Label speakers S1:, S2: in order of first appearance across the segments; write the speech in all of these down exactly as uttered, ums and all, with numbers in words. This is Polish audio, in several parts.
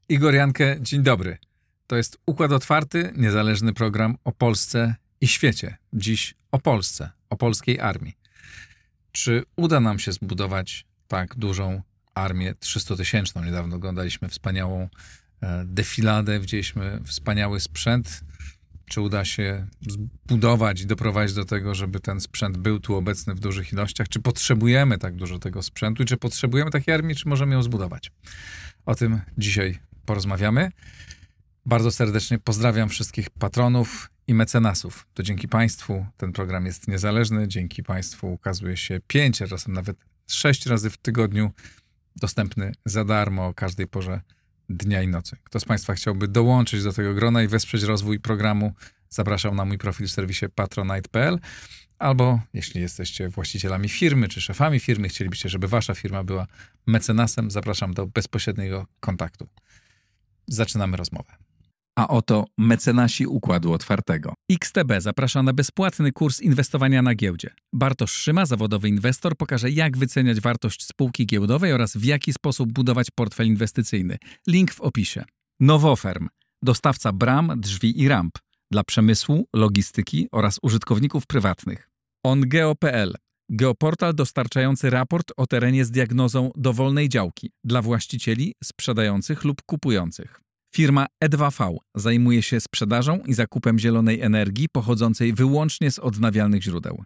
S1: Igor Jankę, dzień dobry. To jest Układ Otwarty, niezależny program o Polsce i świecie. Dziś o Polsce, o polskiej armii. Czy uda nam się zbudować tak dużą armię trzystutysięczną? Niedawno oglądaliśmy wspaniałą e, defiladę, widzieliśmy wspaniały sprzęt. Czy uda się zbudować i doprowadzić do tego, żeby ten sprzęt był tu obecny w dużych ilościach? Czy potrzebujemy tak dużo tego sprzętu? I czy potrzebujemy takiej armii, czy możemy ją zbudować? O tym dzisiaj porozmawiamy. Bardzo serdecznie pozdrawiam wszystkich patronów i mecenasów. To dzięki Państwu ten program jest niezależny. Dzięki Państwu ukazuje się pięć, a czasem nawet sześć razy w tygodniu, dostępny za darmo o każdej porze dnia i nocy. Kto z Państwa chciałby dołączyć do tego grona i wesprzeć rozwój programu, zapraszam na mój profil w serwisie patronite kropka p l. Albo jeśli jesteście właścicielami firmy czy szefami firmy, chcielibyście, żeby wasza firma była mecenasem, zapraszam do bezpośredniego kontaktu. Zaczynamy rozmowę. A oto mecenasi Układu Otwartego. X T B zaprasza na bezpłatny kurs inwestowania na giełdzie. Bartosz Szyma, zawodowy inwestor, pokaże, jak wyceniać wartość spółki giełdowej oraz w jaki sposób budować portfel inwestycyjny. Link w opisie. Nowoferm, dostawca bram, drzwi i ramp dla przemysłu, logistyki oraz użytkowników prywatnych. OnGeo kropka p l, geoportal dostarczający raport o terenie z diagnozą dowolnej działki dla właścicieli, sprzedających lub kupujących. Firma E dwa V zajmuje się sprzedażą i zakupem zielonej energii pochodzącej wyłącznie z odnawialnych źródeł.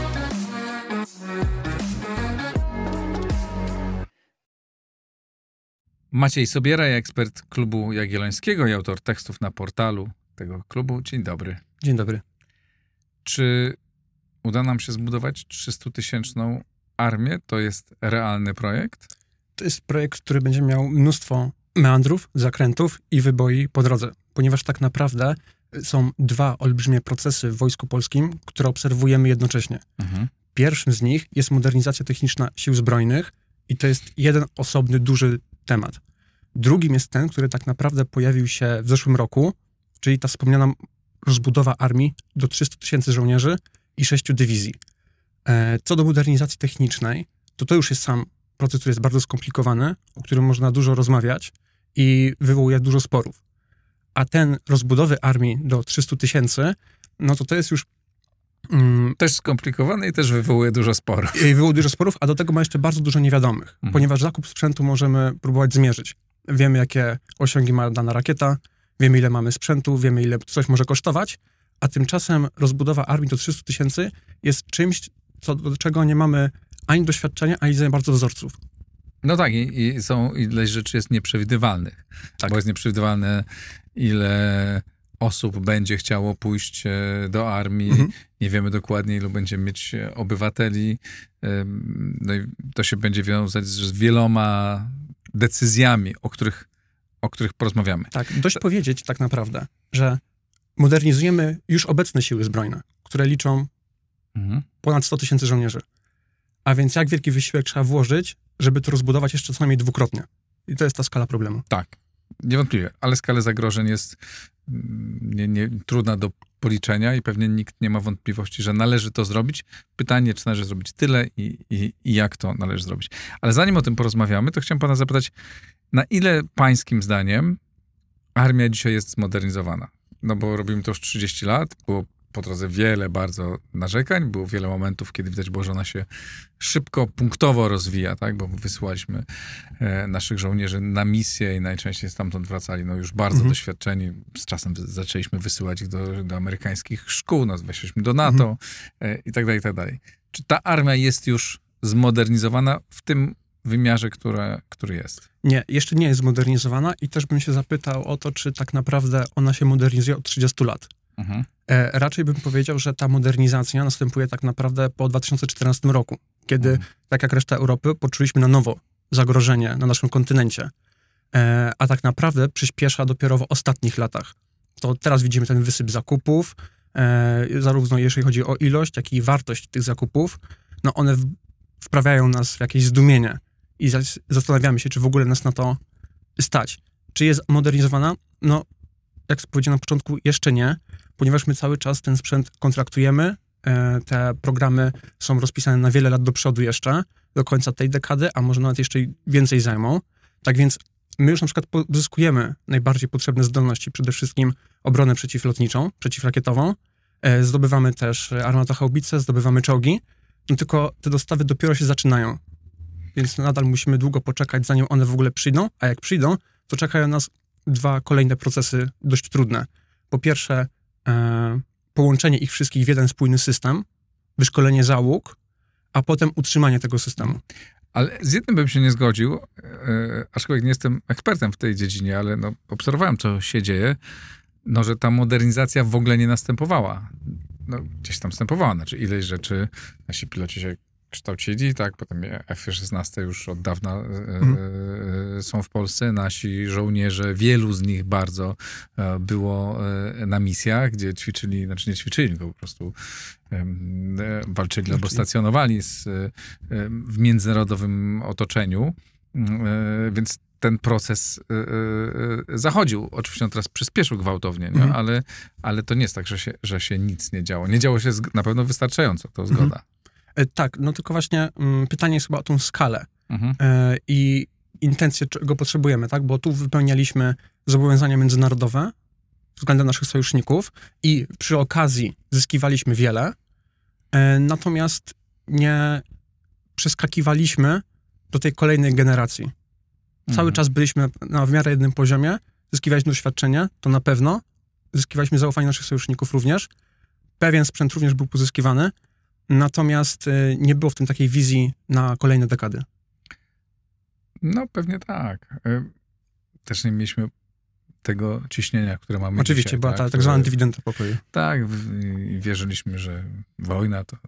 S1: Maciej Sobieraj, ekspert Klubu Jagiellońskiego i autor tekstów na portalu tego klubu. Dzień dobry.
S2: Dzień dobry.
S1: Czy uda nam się zbudować trzystutysięczną armię? To jest realny projekt?
S2: To jest projekt, który będzie miał mnóstwo meandrów, zakrętów i wyboi po drodze, ponieważ tak naprawdę są dwa olbrzymie procesy w Wojsku Polskim, które obserwujemy jednocześnie. Mhm. Pierwszym z nich jest modernizacja techniczna Sił Zbrojnych i to jest jeden osobny, duży temat. Drugim jest ten, który tak naprawdę pojawił się w zeszłym roku, czyli ta wspomniana rozbudowa armii do trzystu tysięcy żołnierzy i sześciu dywizji. Co do modernizacji technicznej, to to już jest sam proces, który jest bardzo skomplikowany, o którym można dużo rozmawiać i wywołuje dużo sporów. A ten rozbudowy armii do trzystu tysięcy, no to to jest już... Mm,
S1: też skomplikowany i też wywołuje dużo sporów.
S2: I wywołuje dużo sporów, a do tego ma jeszcze bardzo dużo niewiadomych, mhm. ponieważ zakup sprzętu możemy próbować zmierzyć. Wiemy, jakie osiągi ma dana rakieta, wiemy, ile mamy sprzętu, wiemy, ile coś może kosztować, a tymczasem rozbudowa armii do trzystu tysięcy jest czymś, co, do czego nie mamy ani doświadczenia, ani za bardzo wzorców.
S1: No tak, i, i są ileś rzeczy jest nieprzewidywalnych. Tak. Bo jest nieprzewidywalne, ile osób będzie chciało pójść do armii. Mhm. Nie wiemy dokładnie, ilu będzie mieć obywateli. No i to się będzie wiązać z wieloma decyzjami, o których, o których porozmawiamy.
S2: Tak, dość powiedzieć tak naprawdę, że modernizujemy już obecne siły zbrojne, które liczą mhm. ponad sto tysięcy żołnierzy. A więc jak wielki wysiłek trzeba włożyć, żeby to rozbudować jeszcze co najmniej dwukrotnie. I to jest ta skala problemu.
S1: Tak, niewątpliwie, ale skala zagrożeń jest nie, nie, trudna do policzenia i pewnie nikt nie ma wątpliwości, że należy to zrobić. Pytanie, czy należy zrobić tyle i, i, i jak to należy zrobić. Ale zanim o tym porozmawiamy, to chciałem pana zapytać, na ile pańskim zdaniem armia dzisiaj jest zmodernizowana? No bo robimy to już trzydzieści lat, było po drodze wiele bardzo narzekań, było wiele momentów, kiedy widać było, że ona się szybko, punktowo rozwija, tak? Bo wysyłaliśmy e, naszych żołnierzy na misję i najczęściej stamtąd wracali no już bardzo mhm. doświadczeni. Z czasem zaczęliśmy wysyłać ich do, do amerykańskich szkół, no, weszliśmy do NATO mhm. e, i tak dalej, i tak dalej. Czy ta armia jest już zmodernizowana w tym wymiarze, które, który jest?
S2: Nie, jeszcze nie jest zmodernizowana i też bym się zapytał o to, czy tak naprawdę ona się modernizuje od trzydziestu lat. Mhm. E, raczej bym powiedział, że ta modernizacja następuje tak naprawdę po dwa tysiące czternastym roku, kiedy, mhm. tak jak reszta Europy, poczuliśmy na nowo zagrożenie na naszym kontynencie. E, a tak naprawdę przyspiesza dopiero w ostatnich latach. To teraz widzimy ten wysyp zakupów, e, zarówno jeżeli chodzi o ilość, jak i wartość tych zakupów. No one w, wprawiają nas w jakieś zdumienie i za, zastanawiamy się, czy w ogóle nas na to stać. Czy jest modernizowana? No, jak powiedziałem na początku, jeszcze nie, ponieważ my cały czas ten sprzęt kontraktujemy, te programy są rozpisane na wiele lat do przodu jeszcze, do końca tej dekady, a może nawet jeszcze więcej zajmą. Tak więc my już na przykład pozyskujemy najbardziej potrzebne zdolności, przede wszystkim obronę przeciwlotniczą, przeciwrakietową, e, zdobywamy też armatохaubice, zdobywamy czołgi, no tylko te dostawy dopiero się zaczynają, więc nadal musimy długo poczekać, zanim one w ogóle przyjdą, a jak przyjdą, to czekają nas dwa kolejne procesy dość trudne. Po pierwsze, e, połączenie ich wszystkich w jeden spójny system, wyszkolenie załóg, a potem utrzymanie tego systemu.
S1: Ale z jednym bym się nie zgodził, e, aczkolwiek nie jestem ekspertem w tej dziedzinie, ale no, obserwowałem, co się dzieje, no, że ta modernizacja w ogóle nie następowała. No, gdzieś tam następowała, znaczy ileś rzeczy nasi piloci się kształcili, tak, potem F szesnaście już od dawna mm. e, są w Polsce. Nasi żołnierze, wielu z nich bardzo e, było e, na misjach, gdzie ćwiczyli, znaczy nie ćwiczyli, tylko po prostu e, walczyli albo stacjonowali z, e, w międzynarodowym otoczeniu, e, więc ten proces e, e, zachodził. Oczywiście on teraz przyspieszył gwałtownie, mm. nie? Ale, ale to nie jest tak, że się, że się nic nie działo. Nie działo się na pewno wystarczająco, to zgoda. Mm.
S2: Tak, no tylko właśnie mm, pytanie jest chyba o tą skalę mhm. e, i intencję, czego potrzebujemy, tak? Bo tu wypełnialiśmy zobowiązania międzynarodowe względem naszych sojuszników i przy okazji zyskiwaliśmy wiele, e, natomiast nie przeskakiwaliśmy do tej kolejnej generacji. Mhm. Cały czas byliśmy na w miarę jednym poziomie, zyskiwaliśmy doświadczenie, to na pewno, zyskiwaliśmy zaufanie naszych sojuszników również, pewien sprzęt również był pozyskiwany, natomiast y, nie było w tym takiej wizji na kolejne dekady.
S1: No pewnie tak. Też nie mieliśmy tego ciśnienia, które mamy
S2: Oczywiście,
S1: dzisiaj.
S2: była
S1: tak?
S2: ta tak zwana dywidenda pokoju.
S1: Tak, i wierzyliśmy, że wojna to...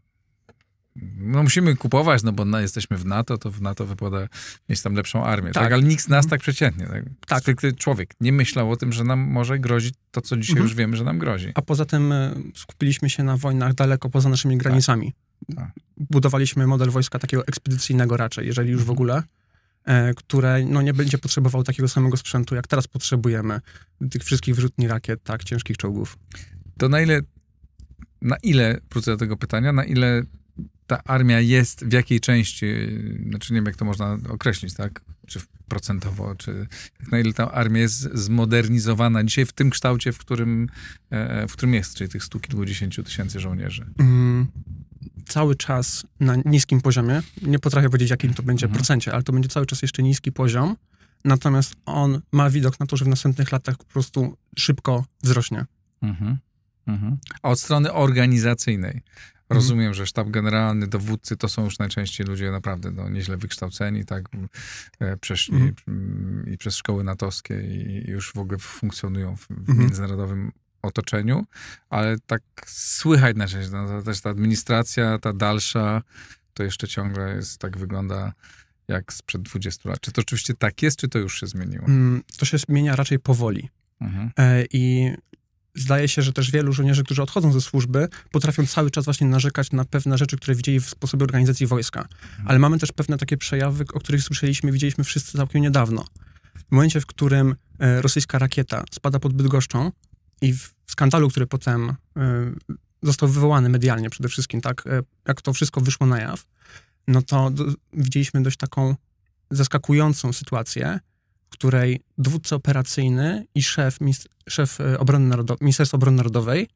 S1: No musimy kupować, no bo na, jesteśmy w NATO, to w NATO wypada mieć tam lepszą armię. Tak, tak? Ale nikt z nas tak przeciętnie. Tak? tak. Zwykły człowiek nie myślał o tym, że nam może grozić to, co dzisiaj mhm. już wiemy, że nam grozi.
S2: A poza tym skupiliśmy się na wojnach daleko poza naszymi granicami. Tak. Tak. Budowaliśmy model wojska takiego ekspedycyjnego raczej, jeżeli już w ogóle, e, które no, nie będzie potrzebowało takiego samego sprzętu, jak teraz potrzebujemy. Tych wszystkich wyrzutni rakiet, tak, ciężkich czołgów.
S1: To na ile, na ile, wrócę do tego pytania, na ile ta armia jest, w jakiej części, znaczy nie wiem, jak to można określić, tak? Czy procentowo, czy na ile ta armia jest zmodernizowana dzisiaj w tym kształcie, w którym, w którym jest, czyli tych stu kilkudziesięciu tysięcy żołnierzy? Mm,
S2: cały czas na niskim poziomie. Nie potrafię powiedzieć, jakim to będzie mhm. procencie, ale to będzie cały czas jeszcze niski poziom. Natomiast on ma widok na to, że w następnych latach po prostu szybko wzrośnie. Mhm.
S1: Mhm. A od strony organizacyjnej? Rozumiem, że sztab generalny, dowódcy to są już najczęściej ludzie naprawdę no, nieźle wykształceni, tak, przeszli mm. i przez szkoły natowskie i już w ogóle funkcjonują w, w mm. międzynarodowym otoczeniu, ale tak słychać na część, no, też ta administracja, ta dalsza, to jeszcze ciągle jest, tak wygląda jak sprzed dwudziestu lat. Czy to oczywiście tak jest, czy to już się zmieniło? Mm,
S2: to się zmienia raczej powoli. Mhm. E, I zdaje się, że też wielu żołnierzy, którzy odchodzą ze służby, potrafią cały czas właśnie narzekać na pewne rzeczy, które widzieli w sposobie organizacji wojska. Mhm. Ale mamy też pewne takie przejawy, o których słyszeliśmy, widzieliśmy wszyscy całkiem niedawno. W momencie, w którym e, rosyjska rakieta spada pod Bydgoszczą i w skandalu, który potem e, został wywołany medialnie przede wszystkim, tak, e, jak to wszystko wyszło na jaw, no to do, widzieliśmy dość taką zaskakującą sytuację, w której dowódca operacyjny i szef, szef obrony Narodowej, Ministerstwa Obrony Narodowej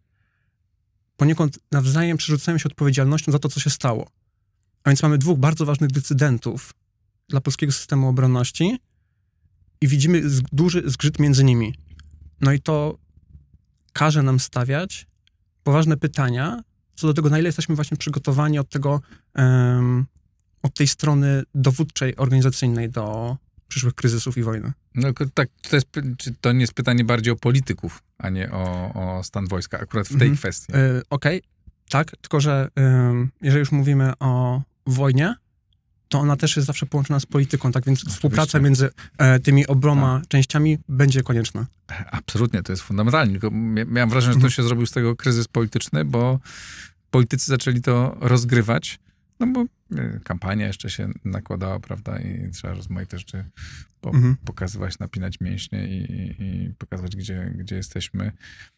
S2: poniekąd nawzajem przerzucają się odpowiedzialnością za to, co się stało. A więc mamy dwóch bardzo ważnych decydentów dla polskiego systemu obronności i widzimy duży zgrzyt między nimi. No i to każe nam stawiać poważne pytania co do tego, na ile jesteśmy właśnie przygotowani od tego, um, od tej strony dowódczej, organizacyjnej do przyszłych kryzysów i wojny.
S1: No tak, to, jest, czy to nie jest pytanie bardziej o polityków, a nie o, o stan wojska, akurat w tej mhm. kwestii.
S2: Yy, Okej, okay. Tak, tylko że yy, jeżeli już mówimy o wojnie, to ona też jest zawsze połączona z polityką, tak więc Oczywiście. Współpraca między e, tymi obroma tak. częściami będzie konieczna.
S1: Absolutnie, to jest fundamentalne. Tylko miałem wrażenie, że to się zrobił z tego kryzys polityczny, bo politycy zaczęli to rozgrywać, no bo kampania jeszcze się nakładała, prawda, i trzeba rozmaite rzeczy po, mhm. pokazywać, napinać mięśnie i, i pokazywać, gdzie, gdzie jesteśmy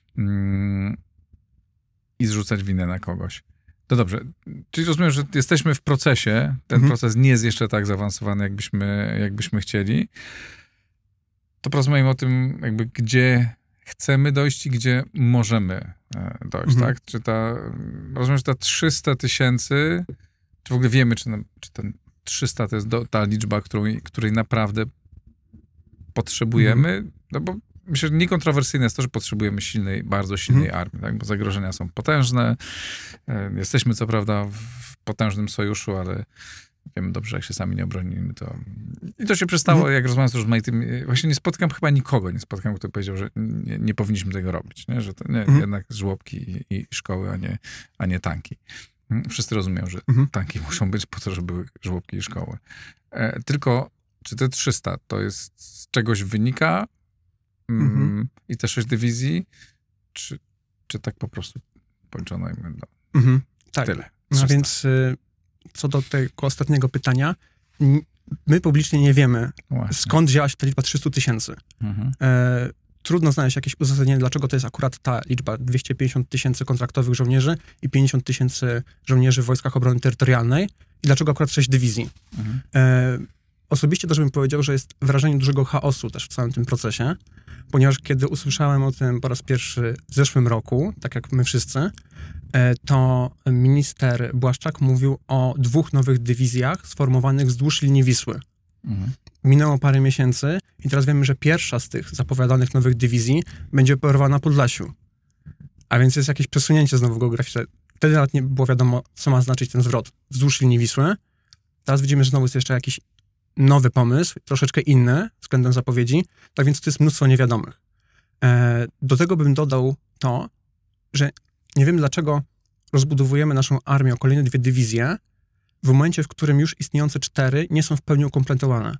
S1: mm, i zrzucać winę na kogoś. No dobrze, czyli rozumiem, że jesteśmy w procesie, ten mhm. proces nie jest jeszcze tak zaawansowany, jakbyśmy, jakbyśmy chcieli. To porozmawiamy o tym, jakby gdzie chcemy dojść i gdzie możemy dojść, mhm. tak? Czy ta, rozumiem, że ta trzysta tysięcy, czy w ogóle wiemy, czy, czy ten trzysta to jest do, ta liczba, którą, której naprawdę potrzebujemy? Mhm. No bo myślę, że niekontrowersyjne jest to, że potrzebujemy silnej, bardzo silnej mhm. armii, tak? Bo zagrożenia są potężne. Jesteśmy co prawda w potężnym sojuszu, ale wiemy dobrze, jak się sami nie obronimy, to... I to się przestało, mhm. jak rozmawiam z rozmaitymi... Właśnie nie spotkam chyba nikogo, nie spotkam, kto powiedział, że nie, nie powinniśmy tego robić, nie? Że to nie, mhm. jednak żłobki i, i szkoły, a nie, a nie tanki. Wszyscy rozumieją, że mhm. tanki muszą być po to, żeby były żłobki i szkoły. E, tylko, czy te trzysta to jest z czegoś wynika mm, mhm. i te sześć dywizji, czy, czy tak po prostu policzono im no,
S2: mhm. tak.
S1: tyle?
S2: trzysta. No więc... Y- Co do tego ostatniego pytania, my publicznie nie wiemy, Właśnie. skąd wzięła się ta liczba trzysta tysięcy. Mhm. E, trudno znaleźć jakieś uzasadnienie, dlaczego to jest akurat ta liczba dwieście pięćdziesiąt tysięcy kontraktowych żołnierzy i pięćdziesiąt tysięcy żołnierzy w Wojskach Obrony Terytorialnej i dlaczego akurat sześć dywizji. Mhm. E, osobiście też bym powiedział, że jest wrażenie dużego chaosu też w całym tym procesie, ponieważ kiedy usłyszałem o tym po raz pierwszy w zeszłym roku, tak jak my wszyscy, to minister Błaszczak mówił o dwóch nowych dywizjach sformowanych wzdłuż linii Wisły. Mhm. Minęło parę miesięcy i teraz wiemy, że pierwsza z tych zapowiadanych nowych dywizji będzie operowana na Podlasiu. A więc jest jakieś przesunięcie znowu w geografice. Wtedy nawet nie było wiadomo, co ma znaczyć ten zwrot wzdłuż linii Wisły. Teraz widzimy, że znowu jest jeszcze jakiś nowy pomysł, troszeczkę inny względem zapowiedzi. Tak więc tu jest mnóstwo niewiadomych. Do tego bym dodał to, że nie wiem, dlaczego rozbudowujemy naszą armię o kolejne dwie dywizje w momencie, w którym już istniejące cztery nie są w pełni ukompletowane.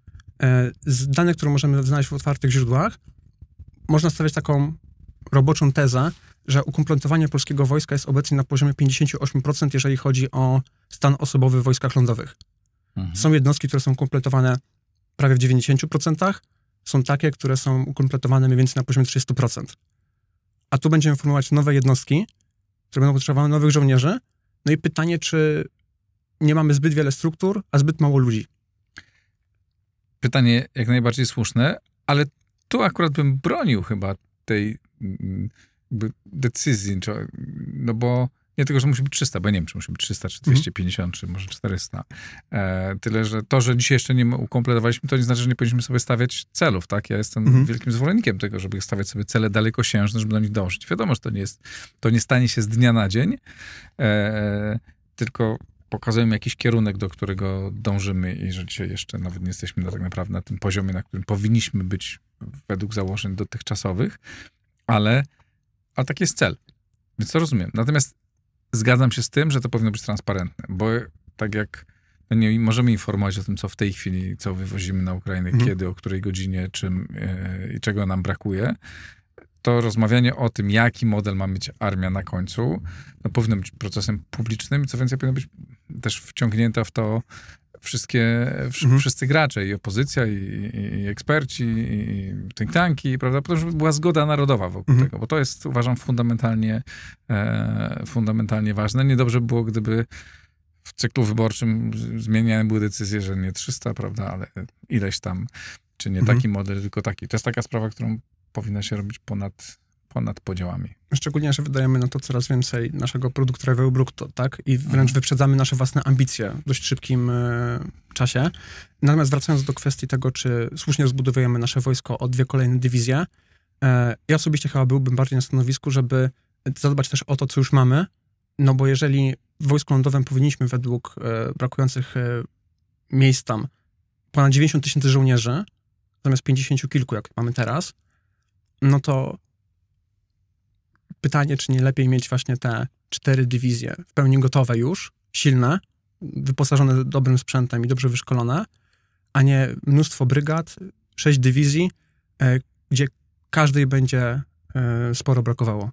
S2: Z danych, które możemy znaleźć w otwartych źródłach, można stawiać taką roboczą tezę, że ukompletowanie polskiego wojska jest obecnie na poziomie pięćdziesiąt osiem procent, jeżeli chodzi o stan osobowy w wojskach lądowych. Mhm. Są jednostki, które są kompletowane prawie w dziewięćdziesięciu procentach, są takie, które są ukompletowane mniej więcej na poziomie trzydziestu procent. A tu będziemy formować nowe jednostki, które będą potrzebowały nowych żołnierzy. No i pytanie, czy nie mamy zbyt wiele struktur, a zbyt mało ludzi?
S1: Pytanie jak najbardziej słuszne, ale tu akurat bym bronił chyba tej jakby decyzji, no bo nie tylko, że musi być trzysta, bo ja nie wiem, czy musi być trzysta, czy dwieście pięćdziesiąt, mhm. czy może czterysta. E, tyle, że to, że dzisiaj jeszcze nie ukompletowaliśmy, to nie znaczy, że nie powinniśmy sobie stawiać celów, tak? Ja jestem mhm. wielkim zwolennikiem tego, żeby stawiać sobie cele dalekosiężne, żeby do nich dążyć. Wiadomo, że to nie jest, to nie stanie się z dnia na dzień, e, tylko pokazujemy jakiś kierunek, do którego dążymy i że dzisiaj jeszcze nawet nie jesteśmy na, tak naprawdę na tym poziomie, na którym powinniśmy być według założeń dotychczasowych, ale, ale taki jest cel. Więc to rozumiem. Natomiast zgadzam się z tym, że to powinno być transparentne, bo tak jak no nie możemy informować o tym, co w tej chwili, co wywozimy na Ukrainę, mhm. kiedy, o której godzinie, czym yy, i czego nam brakuje, to rozmawianie o tym, jaki model ma mieć armia na końcu, no powinno być procesem publicznym i co więcej, powinno być też wciągnięta w to wszystkie, mhm. wszyscy gracze, i opozycja, i, i, i eksperci, i think tanki, prawda, po to, żeby była zgoda narodowa wokół mhm. tego, bo to jest, uważam, fundamentalnie, e, fundamentalnie ważne. Niedobrze by było, gdyby w cyklu wyborczym zmieniane były decyzje, że nie trzysta, prawda, ale ileś tam, czy nie mhm. taki model, tylko taki. To jest taka sprawa, którą powinna się robić ponad, ponad podziałami.
S2: Szczególnie, że wydajemy na to coraz więcej naszego produktu krajowego brutto, tak? I wręcz mhm. wyprzedzamy nasze własne ambicje w dość szybkim y, czasie. Natomiast wracając do kwestii tego, czy słusznie rozbudowujemy nasze wojsko o dwie kolejne dywizje, y, ja osobiście chyba byłbym bardziej na stanowisku, żeby zadbać też o to, co już mamy, no bo jeżeli w Wojsku Lądowym powinniśmy według y, brakujących y, miejsc tam ponad dziewięćdziesiąt tysięcy żołnierzy, zamiast pięćdziesięciu kilku, jak mamy teraz, no to pytanie, czy nie lepiej mieć właśnie te cztery dywizje w pełni gotowe już, silne, wyposażone dobrym sprzętem i dobrze wyszkolone, a nie mnóstwo brygad, sześć dywizji, e, gdzie każdej będzie e, sporo brakowało.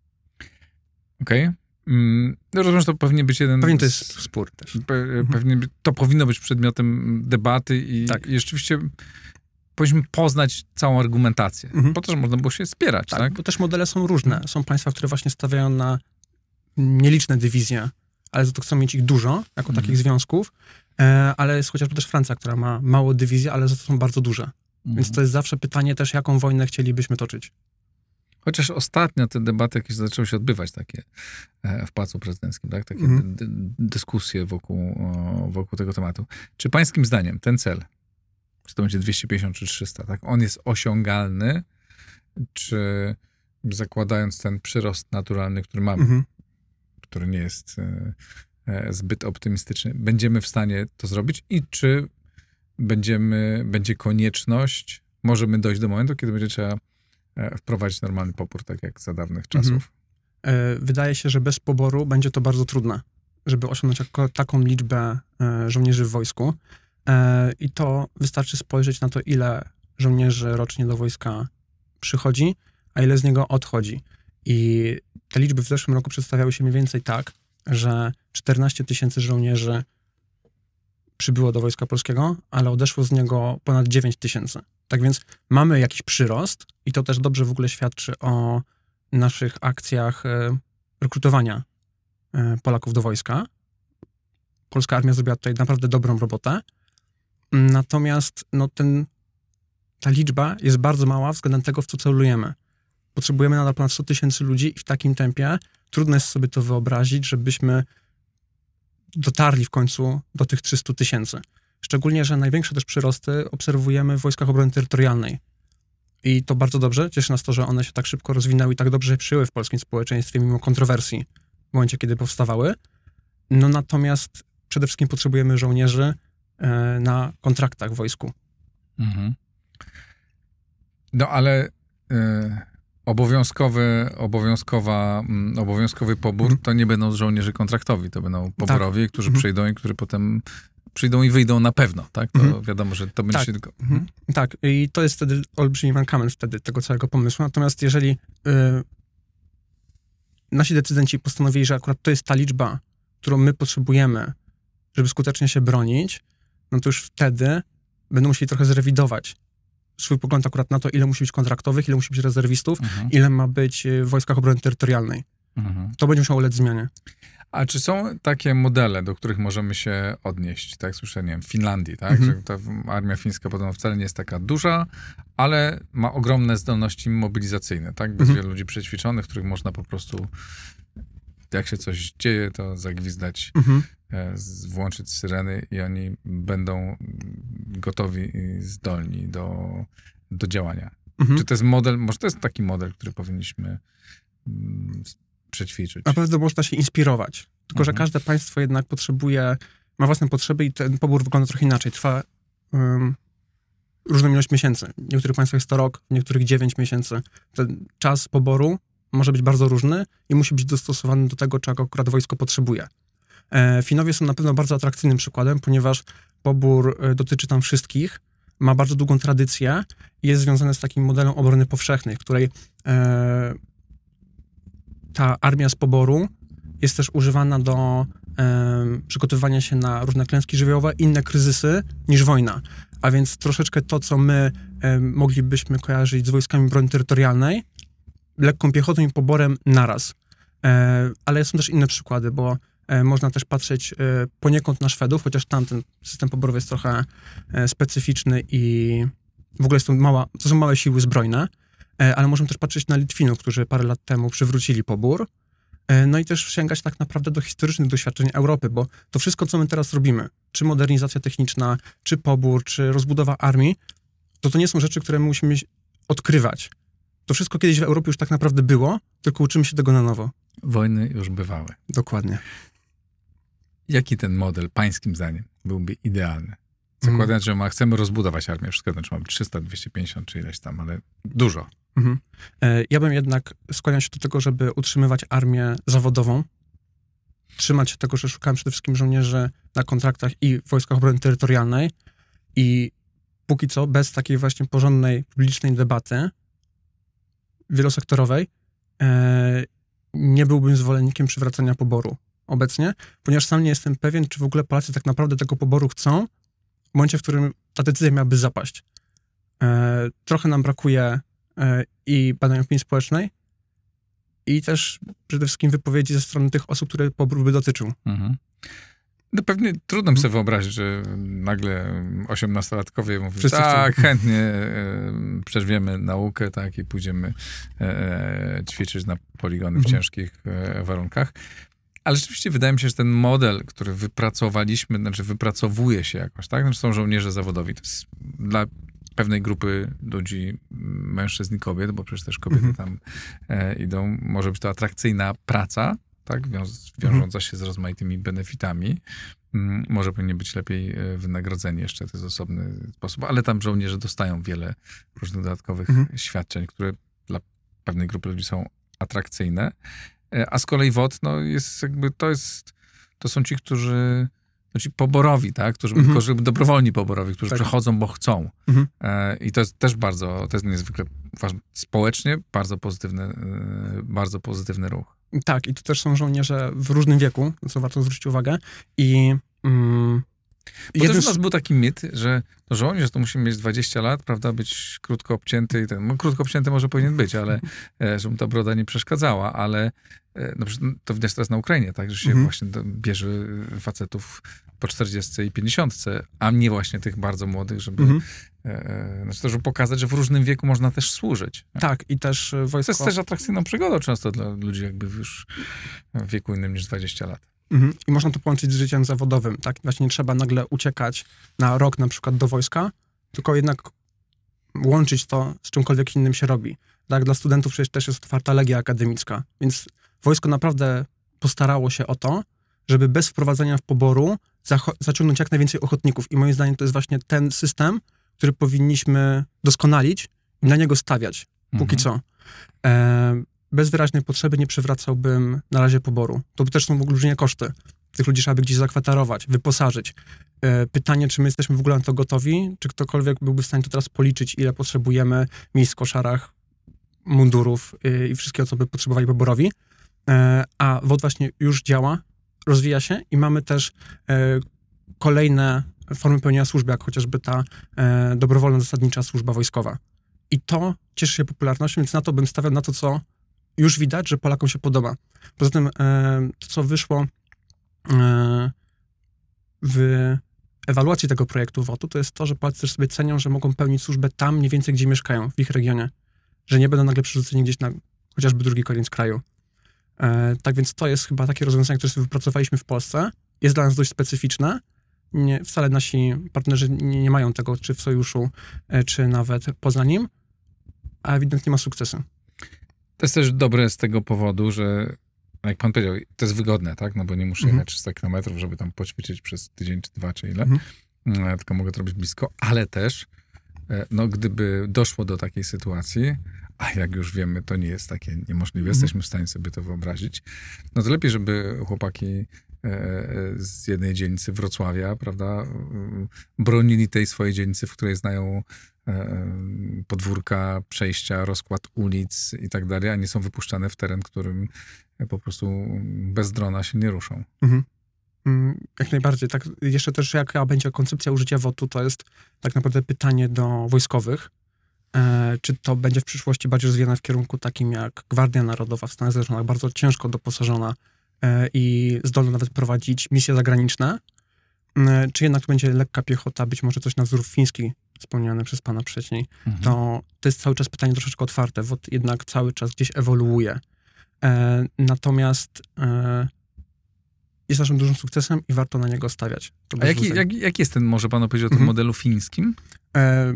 S1: Okej. Okay. Mm, no rozumiem, że to powinien być jeden...
S2: Pewnie to jest spór też.
S1: Pe, pewnie mhm. to powinno być przedmiotem debaty i, tak. i rzeczywiście powinniśmy poznać całą argumentację, mhm. po to, że można było się spierać, tak, tak?
S2: Bo też modele są różne. Są państwa, które właśnie stawiają na nieliczne dywizje, ale za to chcą mieć ich dużo, jako mhm. takich związków, e, ale jest chociażby też Francja, która ma mało dywizji, ale za to są bardzo duże. Mhm. Więc to jest zawsze pytanie też, jaką wojnę chcielibyśmy toczyć.
S1: Chociaż ostatnio te debaty jakieś zaczęły się odbywać takie w Pałacu Prezydenckim, tak? Takie
S2: Mhm.
S1: dy, dyskusje wokół, wokół tego tematu. Czy pańskim zdaniem ten cel, czy to będzie dwieście pięćdziesiąt czy trzysta, tak? On jest osiągalny, czy zakładając ten przyrost naturalny, który mamy, mhm. który nie jest e, zbyt optymistyczny, będziemy w stanie to zrobić i czy będziemy, będzie konieczność, możemy dojść do momentu, kiedy będzie trzeba wprowadzić normalny pobór, tak jak za dawnych czasów.
S2: Mhm. Wydaje się, że bez poboru będzie to bardzo trudne, żeby osiągnąć taką liczbę żołnierzy w wojsku. I to wystarczy spojrzeć na to, ile żołnierzy rocznie do wojska przychodzi, a ile z niego odchodzi. I te liczby w zeszłym roku przedstawiały się mniej więcej tak, że czternaście tysięcy żołnierzy przybyło do Wojska Polskiego, ale odeszło z niego ponad dziewięć tysięcy. Tak więc mamy jakiś przyrost i to też dobrze w ogóle świadczy o naszych akcjach e, rekrutowania e, Polaków do wojska. Polska armia zrobiła tutaj naprawdę dobrą robotę. Natomiast no, ten, ta liczba jest bardzo mała względem tego, w co celujemy. Potrzebujemy nadal ponad sto tysięcy ludzi i w takim tempie trudno jest sobie to wyobrazić, żebyśmy dotarli w końcu do tych trzystu tysięcy. Szczególnie, że największe też przyrosty obserwujemy w Wojskach Obrony Terytorialnej. I to bardzo dobrze. Cieszy nas to, że one się tak szybko rozwinęły i tak dobrze przyjęły w polskim społeczeństwie, mimo kontrowersji w momencie, kiedy powstawały. No natomiast przede wszystkim potrzebujemy żołnierzy e, na kontraktach w wojsku.
S1: Mhm. No ale y, obowiązkowy, obowiązkowa, y, obowiązkowy pobór mhm. to nie będą żołnierze kontraktowi, to będą poborowi, tak. którzy mhm. przyjdą i którzy potem przyjdą i wyjdą na pewno, tak? To mhm. wiadomo, że to będzie
S2: tak.
S1: się tylko...
S2: Mhm. Tak, i to jest wtedy olbrzymi mankament wtedy tego całego pomysłu. Natomiast jeżeli y, nasi decydenci postanowili, że akurat to jest ta liczba, którą my potrzebujemy, żeby skutecznie się bronić, no to już wtedy będą musieli trochę zrewidować swój pogląd akurat na to, ile musi być kontraktowych, ile musi być rezerwistów, mhm. ile ma być w Wojskach Obrony Terytorialnej. Mhm. To będzie musiało ulec zmianie.
S1: A czy są takie modele, do których możemy się odnieść? Tak słyszę, nie wiem, w Finlandii, tak?
S2: Mhm.
S1: Że ta armia fińska podobno wcale nie jest taka duża, ale ma ogromne zdolności mobilizacyjne, tak? Bez mhm. wielu ludzi przećwiczonych, których można po prostu, jak się coś dzieje, to zagwizdać, mhm. e, włączyć syreny i oni będą gotowi i zdolni do, do działania. Mhm. Czy to jest model, może to jest taki model, który powinniśmy mm, przećwiczyć.
S2: Na pewno można się inspirować. Tylko, mhm. że każde państwo jednak potrzebuje, ma własne potrzeby i ten pobór wygląda trochę inaczej. Trwa um, różną ilość miesięcy. W niektórych państwach jest to rok, w niektórych dziewięć miesięcy. Ten czas poboru może być bardzo różny i musi być dostosowany do tego, czego akurat wojsko potrzebuje. E, Finowie są na pewno bardzo atrakcyjnym przykładem, ponieważ pobór e, dotyczy tam wszystkich, ma bardzo długą tradycję i jest związany z takim modelem obrony powszechnej, w której e, ta armia z poboru jest też używana do e, przygotowywania się na różne klęski żywiołowe, inne kryzysy niż wojna. A więc troszeczkę to, co my e, moglibyśmy kojarzyć z wojskami obrony terytorialnej, lekką piechotą i poborem naraz. E, ale są też inne przykłady, bo e, można też patrzeć e, poniekąd na Szwedów, chociaż tamten system poborowy jest trochę e, specyficzny i w ogóle jest to, mała, to są małe siły zbrojne. Ale możemy też patrzeć na Litwinów, którzy parę lat temu przywrócili pobór. No i też sięgać tak naprawdę do historycznych doświadczeń Europy, bo to wszystko, co my teraz robimy, czy modernizacja techniczna, czy pobór, czy rozbudowa armii, to to nie są rzeczy, które my musimy odkrywać. To wszystko kiedyś w Europie już tak naprawdę było, tylko uczymy się tego na nowo.
S1: Wojny już bywały.
S2: Dokładnie.
S1: Jaki ten model, pańskim zdaniem, byłby idealny? Zakładając, mm. że ma, chcemy rozbudować armię, wszystko jedno, czy mamy trzysta, dwieście pięćdziesiąt, czy ileś tam, ale dużo.
S2: Mhm. Ja bym jednak skłaniał się do tego, żeby utrzymywać armię zawodową, trzymać się tego, że szukałem przede wszystkim żołnierzy na kontraktach i w Wojskach Obrony Terytorialnej i póki co bez takiej właśnie porządnej, publicznej debaty wielosektorowej nie byłbym zwolennikiem przywracania poboru obecnie, ponieważ sam nie jestem pewien, czy w ogóle Polacy tak naprawdę tego poboru chcą w momencie, w którym ta decyzja miałaby zapaść. Trochę nam brakuje i badań opinii społecznej i też przede wszystkim wypowiedzi ze strony tych osób, które pobór by dotyczył. Mhm.
S1: No pewnie trudno mi sobie wyobrazić, że nagle osiemnastolatkowie mówią,
S2: Wszyscy
S1: tak,
S2: chcą.
S1: chętnie e, przerwiemy naukę, tak, i pójdziemy e, ćwiczyć na poligony w
S2: Mhm.
S1: ciężkich e, warunkach. Ale rzeczywiście wydaje mi się, że ten model, który wypracowaliśmy, znaczy wypracowuje się jakoś, tak? Znaczy są żołnierze zawodowi. To jest dla pewnej grupy ludzi, mężczyzn i kobiet, bo przecież też kobiety
S2: Mhm.
S1: tam e, idą. Może być to atrakcyjna praca, tak? Wiąz, wiążąca się z rozmaitymi benefitami. Mm, może powinni być lepiej e, wynagrodzeni jeszcze, to jest osobny sposób, ale tam żołnierze dostają wiele różnych dodatkowych
S2: Mhm.
S1: świadczeń, które dla pewnej grupy ludzi są atrakcyjne. E, A z kolei W O T, no jest jakby, to jest, to są ci, którzy, no ci poborowi, tak? Którzy,
S2: Mhm.
S1: którzy dobrowolni poborowi, którzy
S2: Tak.
S1: przechodzą, bo chcą.
S2: Mhm.
S1: E, I to jest też bardzo, to jest niezwykle ważne, społecznie bardzo pozytywny, e, bardzo pozytywny ruch.
S2: Tak, i to też są żołnierze w różnym wieku, na co warto zwrócić uwagę. I mm,
S1: Bo
S2: jednym
S1: też u
S2: z-
S1: nas był taki mit, że no żołnierz to musi mieć dwadzieścia lat, prawda, być krótko obcięty i ten, no krótko obcięty może powinien być, ale e, żeby mu ta broda nie przeszkadzała, ale e, no, przecież to widać teraz na Ukrainie, tak, że się
S2: Mhm.
S1: właśnie do, bierze facetów po czterdziestce i pięćdziesiątce, a nie właśnie tych bardzo młodych, żeby,
S2: Mhm.
S1: e, e, znaczy to, żeby pokazać, że w różnym wieku można też służyć.
S2: Tak, i też e,
S1: To
S2: wojsko...
S1: jest też atrakcyjną przygodą często dla ludzi jakby już w wieku innym niż dwadzieścia lat.
S2: Mhm. I można to połączyć z życiem zawodowym, tak? Właśnie nie trzeba nagle uciekać na rok na przykład do wojska, tylko jednak łączyć to z czymkolwiek innym się robi. Tak, dla studentów przecież też jest otwarta legia akademicka, więc wojsko naprawdę postarało się o to, żeby bez wprowadzania w poboru zacho- zaciągnąć jak najwięcej ochotników. I moim zdaniem to jest właśnie ten system, który powinniśmy doskonalić i na niego stawiać, póki
S1: Mhm.
S2: co. E, bez wyraźnej potrzeby nie przywracałbym na razie poboru. To też są olbrzymie koszty. Tych ludzi trzeba by gdzieś zakwaterować, wyposażyć. E, pytanie, czy my jesteśmy w ogóle na to gotowi, czy ktokolwiek byłby w stanie to teraz policzyć, ile potrzebujemy miejsc w koszarach, mundurów y, i wszystkiego, co by potrzebowali poborowi. E, a W O T właśnie już działa, rozwija się i mamy też e, kolejne formy pełnienia służby, jak chociażby ta e, dobrowolna zasadnicza służba wojskowa. I to cieszy się popularnością, więc na to bym stawiał, na to, co już widać, że Polakom się podoba. Poza tym, e, to, co wyszło e, w ewaluacji tego projektu W O T-u, to jest to, że Polacy też sobie cenią, że mogą pełnić służbę tam mniej więcej, gdzie mieszkają, w ich regionie. Że nie będą nagle przerzuceni gdzieś na chociażby drugi koniec kraju. E, tak więc to jest chyba takie rozwiązanie, które sobie wypracowaliśmy w Polsce. Jest dla nas dość specyficzne. Nie, wcale nasi partnerzy nie, nie mają tego, czy w sojuszu, e, czy nawet poza nim, a ewidentnie ma sukcesy.
S1: To jest też dobre z tego powodu, że jak pan powiedział, to jest wygodne, tak? No bo nie muszę
S2: Mhm.
S1: jechać trzysta kilometrów, żeby tam poćwiczyć przez tydzień, czy dwa, czy ile.
S2: Mhm.
S1: E, Tylko mogę to robić blisko, ale też, e, no gdyby doszło do takiej sytuacji, a jak już wiemy, to nie jest takie niemożliwe,
S2: Mhm.
S1: jesteśmy w stanie sobie to wyobrazić, no to lepiej, żeby chłopaki e, z jednej dzielnicy Wrocławia, prawda, e, bronili tej swojej dzielnicy, w której znają e, podwórka, przejścia, rozkład ulic i tak dalej, a nie są wypuszczane w teren, którym po prostu bez drona się nie ruszą.
S2: Mhm. Mm, Jak najbardziej. Tak, jeszcze też jaka będzie koncepcja użycia W O T-u, to jest tak naprawdę pytanie do wojskowych. E, czy to będzie w przyszłości bardziej rozwijane w kierunku takim jak Gwardia Narodowa w Stanach Zjednoczonych, bardzo ciężko doposażona e, i zdolna nawet prowadzić misje zagraniczne, e, czy jednak to będzie lekka piechota, być może coś na wzór fiński wspomniane przez pana wcześniej.
S1: Mhm.
S2: To, to jest cały czas pytanie troszeczkę otwarte. W O T jednak cały czas gdzieś ewoluuje. E, natomiast e, jest naszym dużym sukcesem i warto na niego stawiać. To
S1: A
S2: bez
S1: jaki,
S2: złudzeń.
S1: jak, jak jest ten, może pan opowiedzieć o tym
S2: Mhm.
S1: modelu fińskim?
S2: E,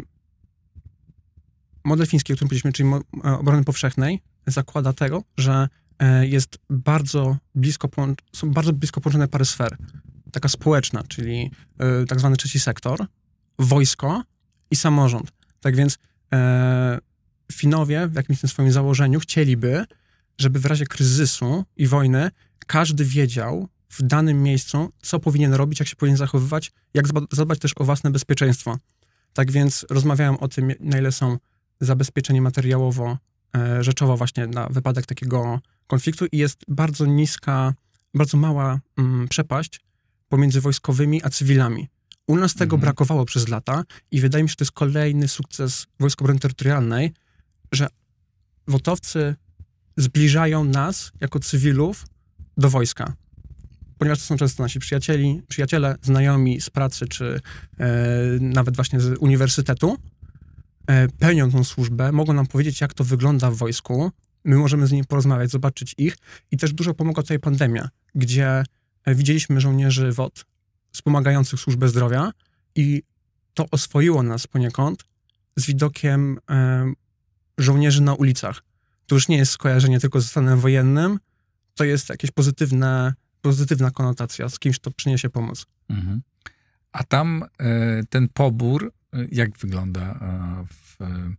S2: model fiński, o którym powiedzieliśmy, czyli mo- e, obrony powszechnej, zakłada tego, że e, jest bardzo blisko, połącz- są bardzo blisko połączone pary sfer. Taka społeczna, czyli e, tak zwany trzeci sektor, wojsko i samorząd. Tak więc e, Finowie w jakimś tym swoim założeniu chcieliby, żeby w razie kryzysu i wojny każdy wiedział w danym miejscu, co powinien robić, jak się powinien zachowywać, jak zba- zadbać też o własne bezpieczeństwo. Tak więc rozmawiałem o tym, na ile są zabezpieczeni materiałowo, e, rzeczowo właśnie na wypadek takiego konfliktu i jest bardzo niska, bardzo mała mm, przepaść pomiędzy wojskowymi a cywilami. U nas tego
S1: Mhm.
S2: brakowało przez lata i wydaje mi się, że to jest kolejny sukces Wojsk Obrony Terytorialnej, że wotowcy zbliżają nas jako cywilów do wojska. ponieważ to są często nasi przyjacieli, przyjaciele, znajomi z pracy, czy e, nawet właśnie z uniwersytetu, e, pełnią tą służbę, mogą nam powiedzieć, jak to wygląda w wojsku. My możemy z nimi porozmawiać, zobaczyć ich. I też dużo pomogła tutaj pandemia, gdzie e, widzieliśmy żołnierzy W O D wspomagających służbę zdrowia i to oswoiło nas poniekąd z widokiem e, żołnierzy na ulicach. To już nie jest skojarzenie tylko ze stanem wojennym, to jest jakieś pozytywne, pozytywna konotacja, z kimś to przyniesie pomoc.
S1: Mhm. A tam e, ten pobór, e, jak wygląda e, w,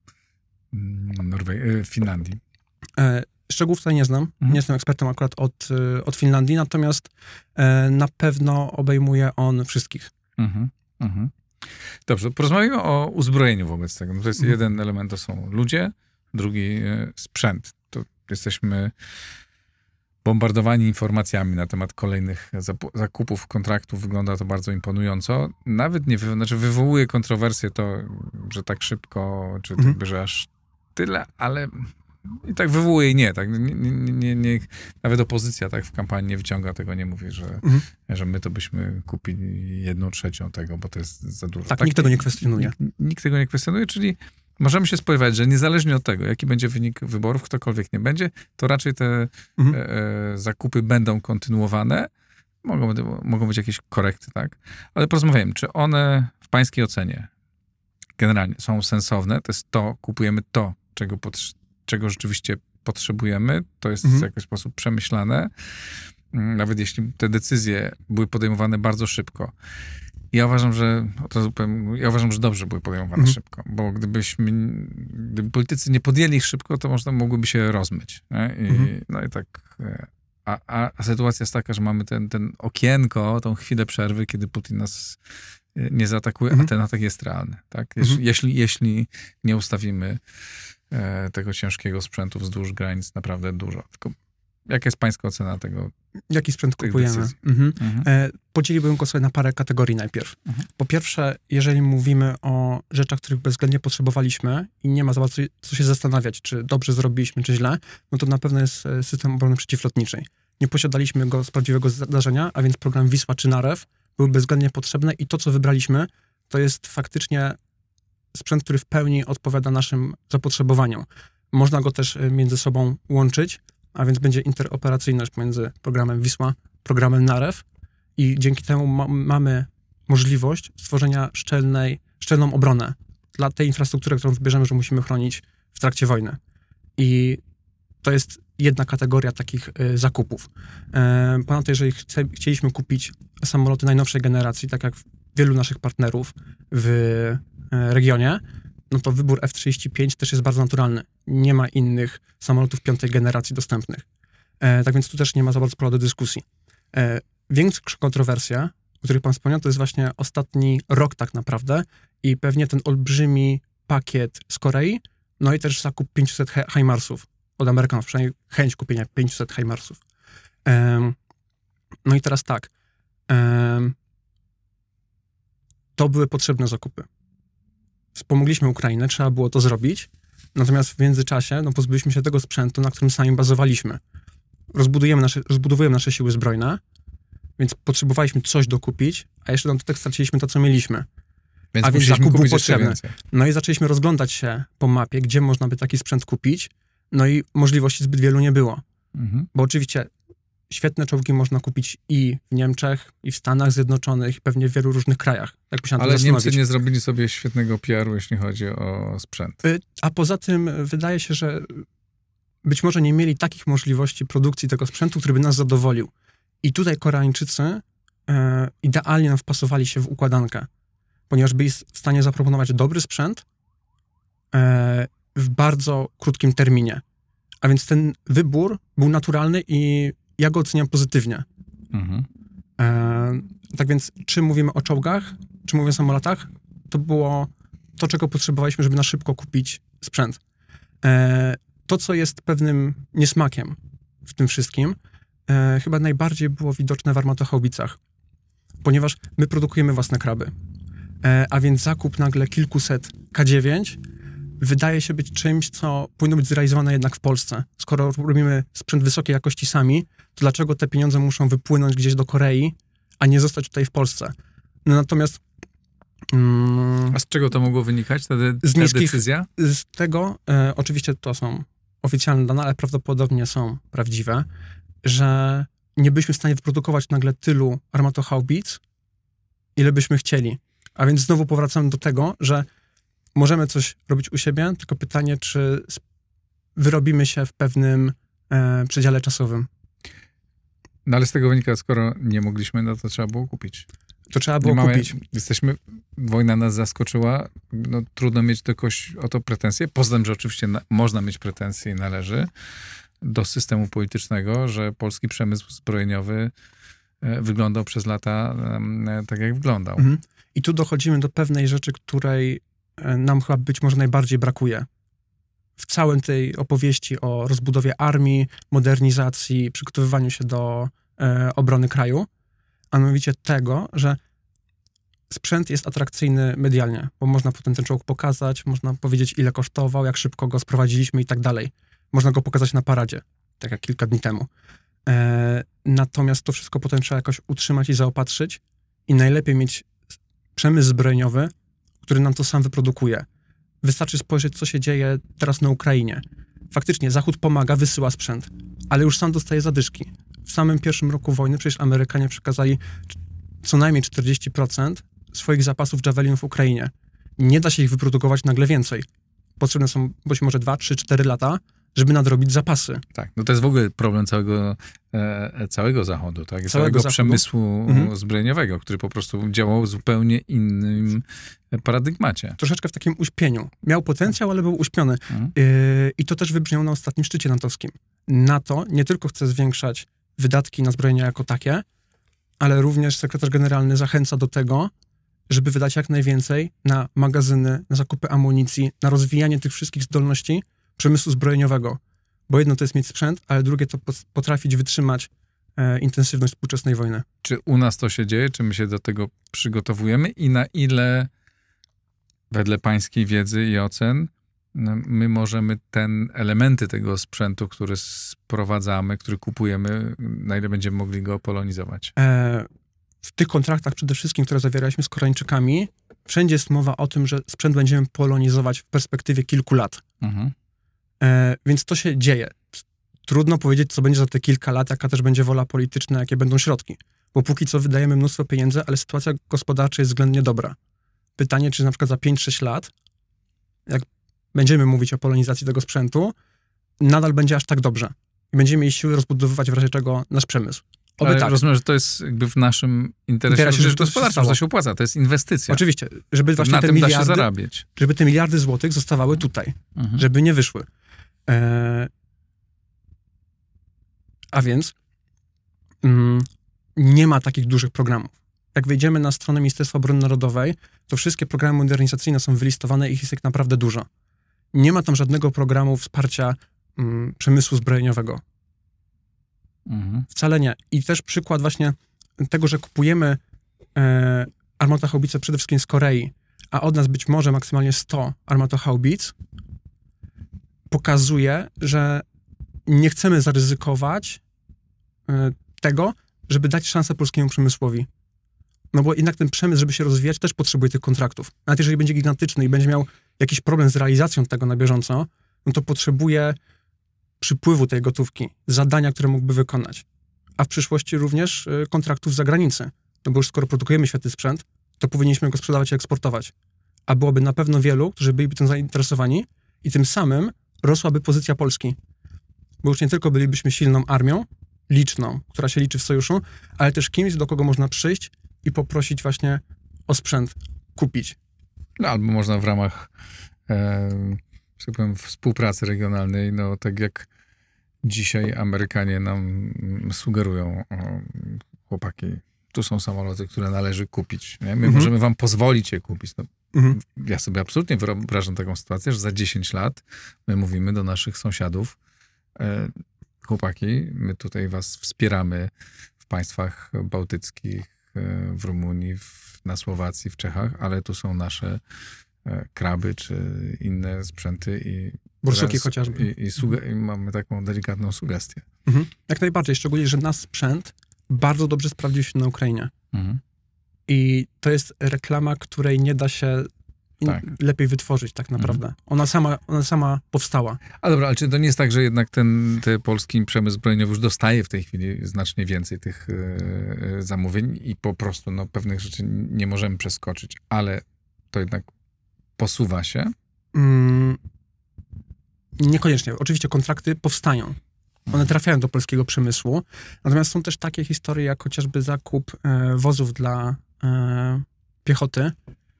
S1: e, Norwe- w Finlandii?
S2: E, szczegółów tutaj nie znam, mhm. nie jestem ekspertem akurat od, od Finlandii, natomiast e, na pewno obejmuje on wszystkich. Mhm.
S1: Mhm. Dobrze, porozmawiamy o uzbrojeniu wobec tego. No to jest mhm. jeden element, to są ludzie, drugi e, sprzęt. To jesteśmy bombardowani informacjami na temat kolejnych zakupów, kontraktów. Wygląda to bardzo imponująco. Nawet nie, znaczy wywołuje kontrowersje to, że tak szybko, czy mhm. jakby, że aż tyle, ale i tak wywołuje i nie, tak. Nie, nie, nie, nie, nawet opozycja tak w kampanii nie wyciąga tego, nie mówi, że, mhm. że my to byśmy kupili jedną trzecią tego, bo to jest za dużo.
S2: Tak, tak nikt tego nie kwestionuje.
S1: Nikt, nikt tego nie kwestionuje, czyli możemy się spodziewać, że niezależnie od tego, jaki będzie wynik wyborów, ktokolwiek nie będzie, to raczej te mhm. e, zakupy będą kontynuowane. Mogą, mogą być jakieś korekty, tak? Ale porozmawiajmy, czy one w pańskiej ocenie generalnie są sensowne? To jest to, kupujemy to, czego, potrze- czego rzeczywiście potrzebujemy. To jest mhm. w jakiś sposób przemyślane. Nawet jeśli te decyzje były podejmowane bardzo szybko. Ja uważam, że to zupełnie, ja uważam, że dobrze były podejmowane mhm. szybko, bo gdybyśmy, gdyby politycy nie podjęli ich szybko, to można mogłyby się rozmyć. Nie? I, mhm. No i tak, a, a, a sytuacja jest taka, że mamy ten, ten okienko, tą chwilę przerwy, kiedy Putin nas nie zaatakuje, mhm. a ten atak jest realny. Tak? Jeśli, mhm. jeśli, jeśli nie ustawimy e, tego ciężkiego sprzętu wzdłuż granic, naprawdę dużo. Tylko jaka jest pańska ocena tego?
S2: Jaki sprzęt kupujemy? Mhm. Mhm. E, podzieliłbym go sobie na parę kategorii najpierw. Mhm. Po pierwsze, jeżeli mówimy o rzeczach, których bezwzględnie potrzebowaliśmy i nie ma za bardzo co się zastanawiać, czy dobrze zrobiliśmy, czy źle, no to na pewno jest system obrony przeciwlotniczej. Nie posiadaliśmy go z prawdziwego zdarzenia, a więc program Wisła czy Narew był bezwzględnie potrzebny i to, co wybraliśmy, to jest faktycznie sprzęt, który w pełni odpowiada naszym zapotrzebowaniom. Można go też między sobą łączyć, a więc będzie interoperacyjność pomiędzy programem Wisła, programem Narew i dzięki temu ma- mamy możliwość stworzenia szczelnej, szczelną obronę dla tej infrastruktury, którą wybierzemy, że musimy chronić w trakcie wojny. I to jest jedna kategoria takich y, zakupów. E, ponadto, jeżeli chce, chcieliśmy kupić samoloty najnowszej generacji, tak jak wielu naszych partnerów w y, regionie, no to wybór F trzydzieści pięć też jest bardzo naturalny. Nie ma innych samolotów piątej generacji dostępnych. E, tak więc tu też nie ma za bardzo pola do dyskusji. E, większa kontrowersja, o której pan wspomniał, to jest właśnie ostatni rok tak naprawdę i pewnie ten olbrzymi pakiet z Korei, no i też zakup pięciuset HIMARSów od Amerykanów, przynajmniej chęć kupienia pięciuset HIMARSów. E, no i teraz tak. E, to były potrzebne zakupy. Wspomogliśmy Ukrainę, trzeba było to zrobić, natomiast w międzyczasie no, pozbyliśmy się tego sprzętu, na którym sami bazowaliśmy. Rozbudujemy nasze, rozbudowujemy nasze siły zbrojne, więc potrzebowaliśmy coś dokupić, a jeszcze na dodatek straciliśmy to, co mieliśmy.
S1: Więc
S2: a więc zakup był potrzebny.
S1: Więcej.
S2: No i zaczęliśmy rozglądać się po mapie, gdzie można by taki sprzęt kupić, no i możliwości zbyt wielu nie było. Mhm. Bo oczywiście świetne czołgi można kupić i w Niemczech, i w Stanach Zjednoczonych, i pewnie w wielu różnych krajach. Tak się
S1: Ale Niemcy nie zrobili sobie świetnego P R u, jeśli chodzi o sprzęt.
S2: A poza tym wydaje się, że być może nie mieli takich możliwości produkcji tego sprzętu, który by nas zadowolił. I tutaj Koreańczycy e, idealnie nam wpasowali się w układankę, ponieważ byli w stanie zaproponować dobry sprzęt e, w bardzo krótkim terminie. A więc ten wybór był naturalny i ja go oceniam pozytywnie. Mhm. E, tak więc, czy mówimy o czołgach, czy mówimy o samolotach, to było to, czego potrzebowaliśmy, żeby na szybko kupić sprzęt. E, to, co jest pewnym niesmakiem w tym wszystkim, e, chyba najbardziej było widoczne w armatohaubicach, ponieważ my produkujemy własne kraby. E, a więc zakup nagle kilkuset K dziewięć wydaje się być czymś, co powinno być zrealizowane jednak w Polsce. Skoro robimy sprzęt wysokiej jakości sami, to dlaczego te pieniądze muszą wypłynąć gdzieś do Korei, a nie zostać tutaj w Polsce? No natomiast...
S1: Mm, a z czego to mogło wynikać, ta, de-
S2: z
S1: ta
S2: niskich,
S1: decyzja?
S2: Z tego, e, oczywiście to są oficjalne dane, ale prawdopodobnie są prawdziwe, że nie byliśmy w stanie wyprodukować nagle tylu armatohaubic, ile byśmy chcieli. A więc znowu powracamy do tego, że możemy coś robić u siebie, tylko pytanie, czy wyrobimy się w pewnym e, przedziale czasowym.
S1: No ale z tego wynika, skoro nie mogliśmy, no to trzeba było kupić.
S2: To trzeba było
S1: mamy,
S2: kupić.
S1: Jesteśmy, wojna nas zaskoczyła, no trudno mieć do kogoś o to pretensje. Poza tym, że oczywiście na, można mieć pretensje i należy do systemu politycznego, że polski przemysł zbrojeniowy e, wyglądał przez lata e, tak, jak wyglądał.
S2: Mhm. I tu dochodzimy do pewnej rzeczy, której nam chyba być może najbardziej brakuje. W całej tej opowieści o rozbudowie armii, modernizacji, przygotowywaniu się do e, obrony kraju, a mianowicie tego, że sprzęt jest atrakcyjny medialnie, bo można potem ten czołg pokazać, można powiedzieć, ile kosztował, jak szybko go sprowadziliśmy i tak dalej. Można go pokazać na paradzie, tak jak kilka dni temu. E, natomiast to wszystko potem trzeba jakoś utrzymać i zaopatrzyć i najlepiej mieć przemysł zbrojeniowy, który nam to sam wyprodukuje. Wystarczy spojrzeć, co się dzieje teraz na Ukrainie. Faktycznie Zachód pomaga, wysyła sprzęt, ale już sam dostaje zadyszki. W samym pierwszym roku wojny przecież Amerykanie przekazali co najmniej czterdzieści procent swoich zapasów Javelinów Ukrainie. Nie da się ich wyprodukować nagle więcej. Potrzebne są być może dwa, trzy, cztery lata, żeby nadrobić zapasy.
S1: Tak, no to jest w ogóle problem całego, e, całego Zachodu, tak? Całego, całego zachodu. Przemysłu mhm. zbrojeniowego, który po prostu działał w zupełnie innym paradygmacie.
S2: Troszeczkę w takim uśpieniu. Miał potencjał, ale był uśpiony. Mhm. Yy, I to też wybrzmiało na ostatnim szczycie natowskim. NATO nie tylko chce zwiększać wydatki na zbrojenia jako takie, ale również sekretarz generalny zachęca do tego, żeby wydać jak najwięcej na magazyny, na zakupy amunicji, na rozwijanie tych wszystkich zdolności przemysłu zbrojeniowego. Bo jedno to jest mieć sprzęt, ale drugie to potrafić wytrzymać e, intensywność współczesnej wojny.
S1: Czy u nas to się dzieje? Czy my się do tego przygotowujemy? I na ile, wedle pańskiej wiedzy i ocen, my możemy ten elementy tego sprzętu, który sprowadzamy, który kupujemy, na ile będziemy mogli go polonizować? E,
S2: w tych kontraktach przede wszystkim, które zawieraliśmy z Koreańczykami, wszędzie jest mowa o tym, że sprzęt będziemy polonizować w perspektywie kilku lat. Mhm. E, więc to się dzieje. Trudno powiedzieć, co będzie za te kilka lat, jaka też będzie wola polityczna, jakie będą środki. Bo póki co wydajemy mnóstwo pieniędzy, ale sytuacja gospodarcza jest względnie dobra. Pytanie, czy na przykład za pięć sześć lat, jak będziemy mówić o polonizacji tego sprzętu, nadal będzie aż tak dobrze. I będziemy mieli siły rozbudowywać w razie czego nasz przemysł.
S1: Oby ale tak. Rozumiem, że to jest jakby w naszym interesie, interesie że to gospodarczym, że to się opłaca, to jest inwestycja.
S2: Oczywiście, żeby właśnie
S1: na
S2: te
S1: tym
S2: miliardy,
S1: da się zarabiać.
S2: Żeby te miliardy złotych zostawały tutaj, mhm. żeby nie wyszły. E... A więc mm, nie ma takich dużych programów. Jak wejdziemy na stronę Ministerstwa Obrony Narodowej, to wszystkie programy modernizacyjne są wylistowane i ich jest tak naprawdę dużo. Nie ma tam żadnego programu wsparcia mm, przemysłu zbrojeniowego. Mhm. Wcale nie. I też przykład właśnie tego, że kupujemy e, armatohaubice przede wszystkim z Korei, a od nas być może maksymalnie sto armatohaubic, pokazuje, że nie chcemy zaryzykować e, tego, żeby dać szansę polskiemu przemysłowi. No bo jednak ten przemysł, żeby się rozwijać, też potrzebuje tych kontraktów. Nawet jeżeli będzie gigantyczny i będzie miał jakiś problem z realizacją tego na bieżąco, no to potrzebuje przypływu tej gotówki, zadania, które mógłby wykonać. A w przyszłości również y, kontraktów z zagranicy. No bo już skoro produkujemy świetny sprzęt, to powinniśmy go sprzedawać i eksportować. A byłoby na pewno wielu, którzy byliby tym zainteresowani i tym samym rosłaby pozycja Polski. Bo już nie tylko bylibyśmy silną armią, liczną, która się liczy w sojuszu, ale też kimś, do kogo można przyjść i poprosić właśnie o sprzęt, kupić.
S1: No albo można w ramach e, że tak powiem, współpracy regionalnej, no tak jak dzisiaj Amerykanie nam sugerują, o, chłopaki, tu są samoloty, które należy kupić. Nie? My mhm. możemy wam pozwolić je kupić. No, mhm. Ja sobie absolutnie wyobrażam taką sytuację, że za dziesięć lat my mówimy do naszych sąsiadów, e, chłopaki, my tutaj was wspieramy w państwach bałtyckich, w Rumunii, w, na Słowacji, w Czechach, ale tu są nasze kraby czy inne sprzęty i
S2: Borsuki
S1: teraz,
S2: chociażby.
S1: I, i, suge- i mamy taką delikatną sugestię.
S2: Mhm. Jak najbardziej, szczególnie, że nasz sprzęt bardzo dobrze sprawdził się na Ukrainie. Mhm. I to jest reklama, której nie da się in- tak. lepiej wytworzyć tak naprawdę. Mhm. Ona sama, ona sama powstała.
S1: A dobra, ale czy to nie jest tak, że jednak ten, ten polski przemysł zbrojeniowy już dostaje w tej chwili znacznie więcej tych yy, zamówień i po prostu no, pewnych rzeczy nie możemy przeskoczyć, ale to jednak posuwa się?
S2: Mm, niekoniecznie. Oczywiście kontrakty powstają. One trafiają do polskiego przemysłu. Natomiast są też takie historie, jak chociażby zakup e, wozów dla e, piechoty e,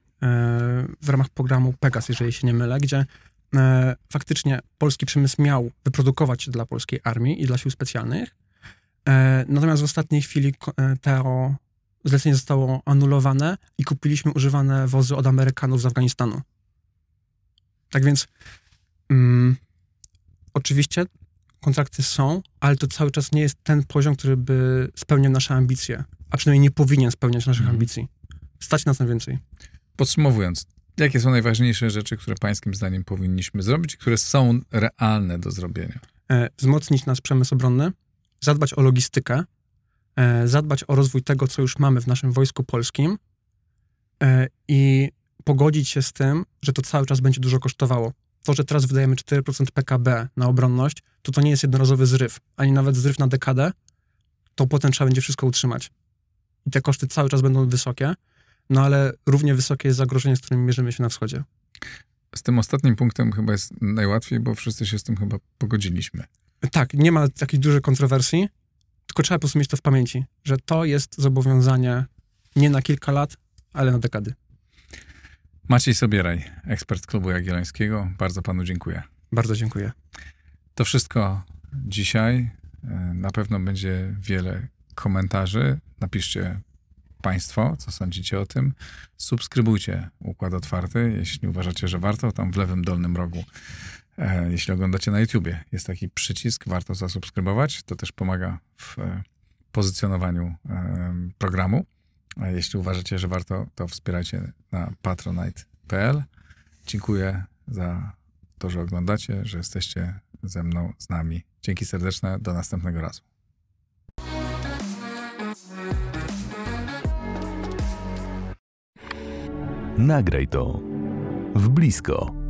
S2: w ramach programu Pegas, jeżeli się nie mylę, gdzie e, faktycznie polski przemysł miał wyprodukować się dla polskiej armii i dla sił specjalnych. E, natomiast w ostatniej chwili e, to zlecenie zostało anulowane i kupiliśmy używane wozy od Amerykanów z Afganistanu. Tak więc mm, oczywiście kontrakty są, ale to cały czas nie jest ten poziom, który by spełniał nasze ambicje, a przynajmniej nie powinien spełniać naszych mm. ambicji. Stać nas na więcej.
S1: Podsumowując, jakie są najważniejsze rzeczy, które pańskim zdaniem powinniśmy zrobić, które są realne do zrobienia?
S2: E, wzmocnić nasz przemysł obronny, zadbać o logistykę, e, zadbać o rozwój tego, co już mamy w naszym wojsku polskim e, i pogodzić się z tym, że to cały czas będzie dużo kosztowało. To, że teraz wydajemy cztery procent P K B na obronność, to to nie jest jednorazowy zryw, ani nawet zryw na dekadę, to potem trzeba będzie wszystko utrzymać. I te koszty cały czas będą wysokie, no ale równie wysokie jest zagrożenie, z którym mierzymy się na wschodzie.
S1: Z tym ostatnim punktem chyba jest najłatwiej, bo wszyscy się z tym chyba pogodziliśmy.
S2: Tak, nie ma takiej dużej kontrowersji, tylko trzeba po prostu mieć to w pamięci, że to jest zobowiązanie nie na kilka lat, ale na dekady.
S1: Maciej Sobieraj, ekspert Klubu Jagiellońskiego. Bardzo panu dziękuję.
S2: Bardzo dziękuję.
S1: To wszystko dzisiaj. Na pewno będzie wiele komentarzy. Napiszcie państwo, co sądzicie o tym. Subskrybujcie Układ Otwarty, jeśli uważacie, że warto. Tam w lewym dolnym rogu, jeśli oglądacie na YouTubie, jest taki przycisk, warto zasubskrybować. To też pomaga w pozycjonowaniu programu. A jeśli uważacie, że warto, to wspierajcie na patronite kropka p l. Dziękuję za to, że oglądacie, że jesteście ze mną, z nami. Dzięki serdeczne, do następnego razu.
S3: Nagraj to w blisko.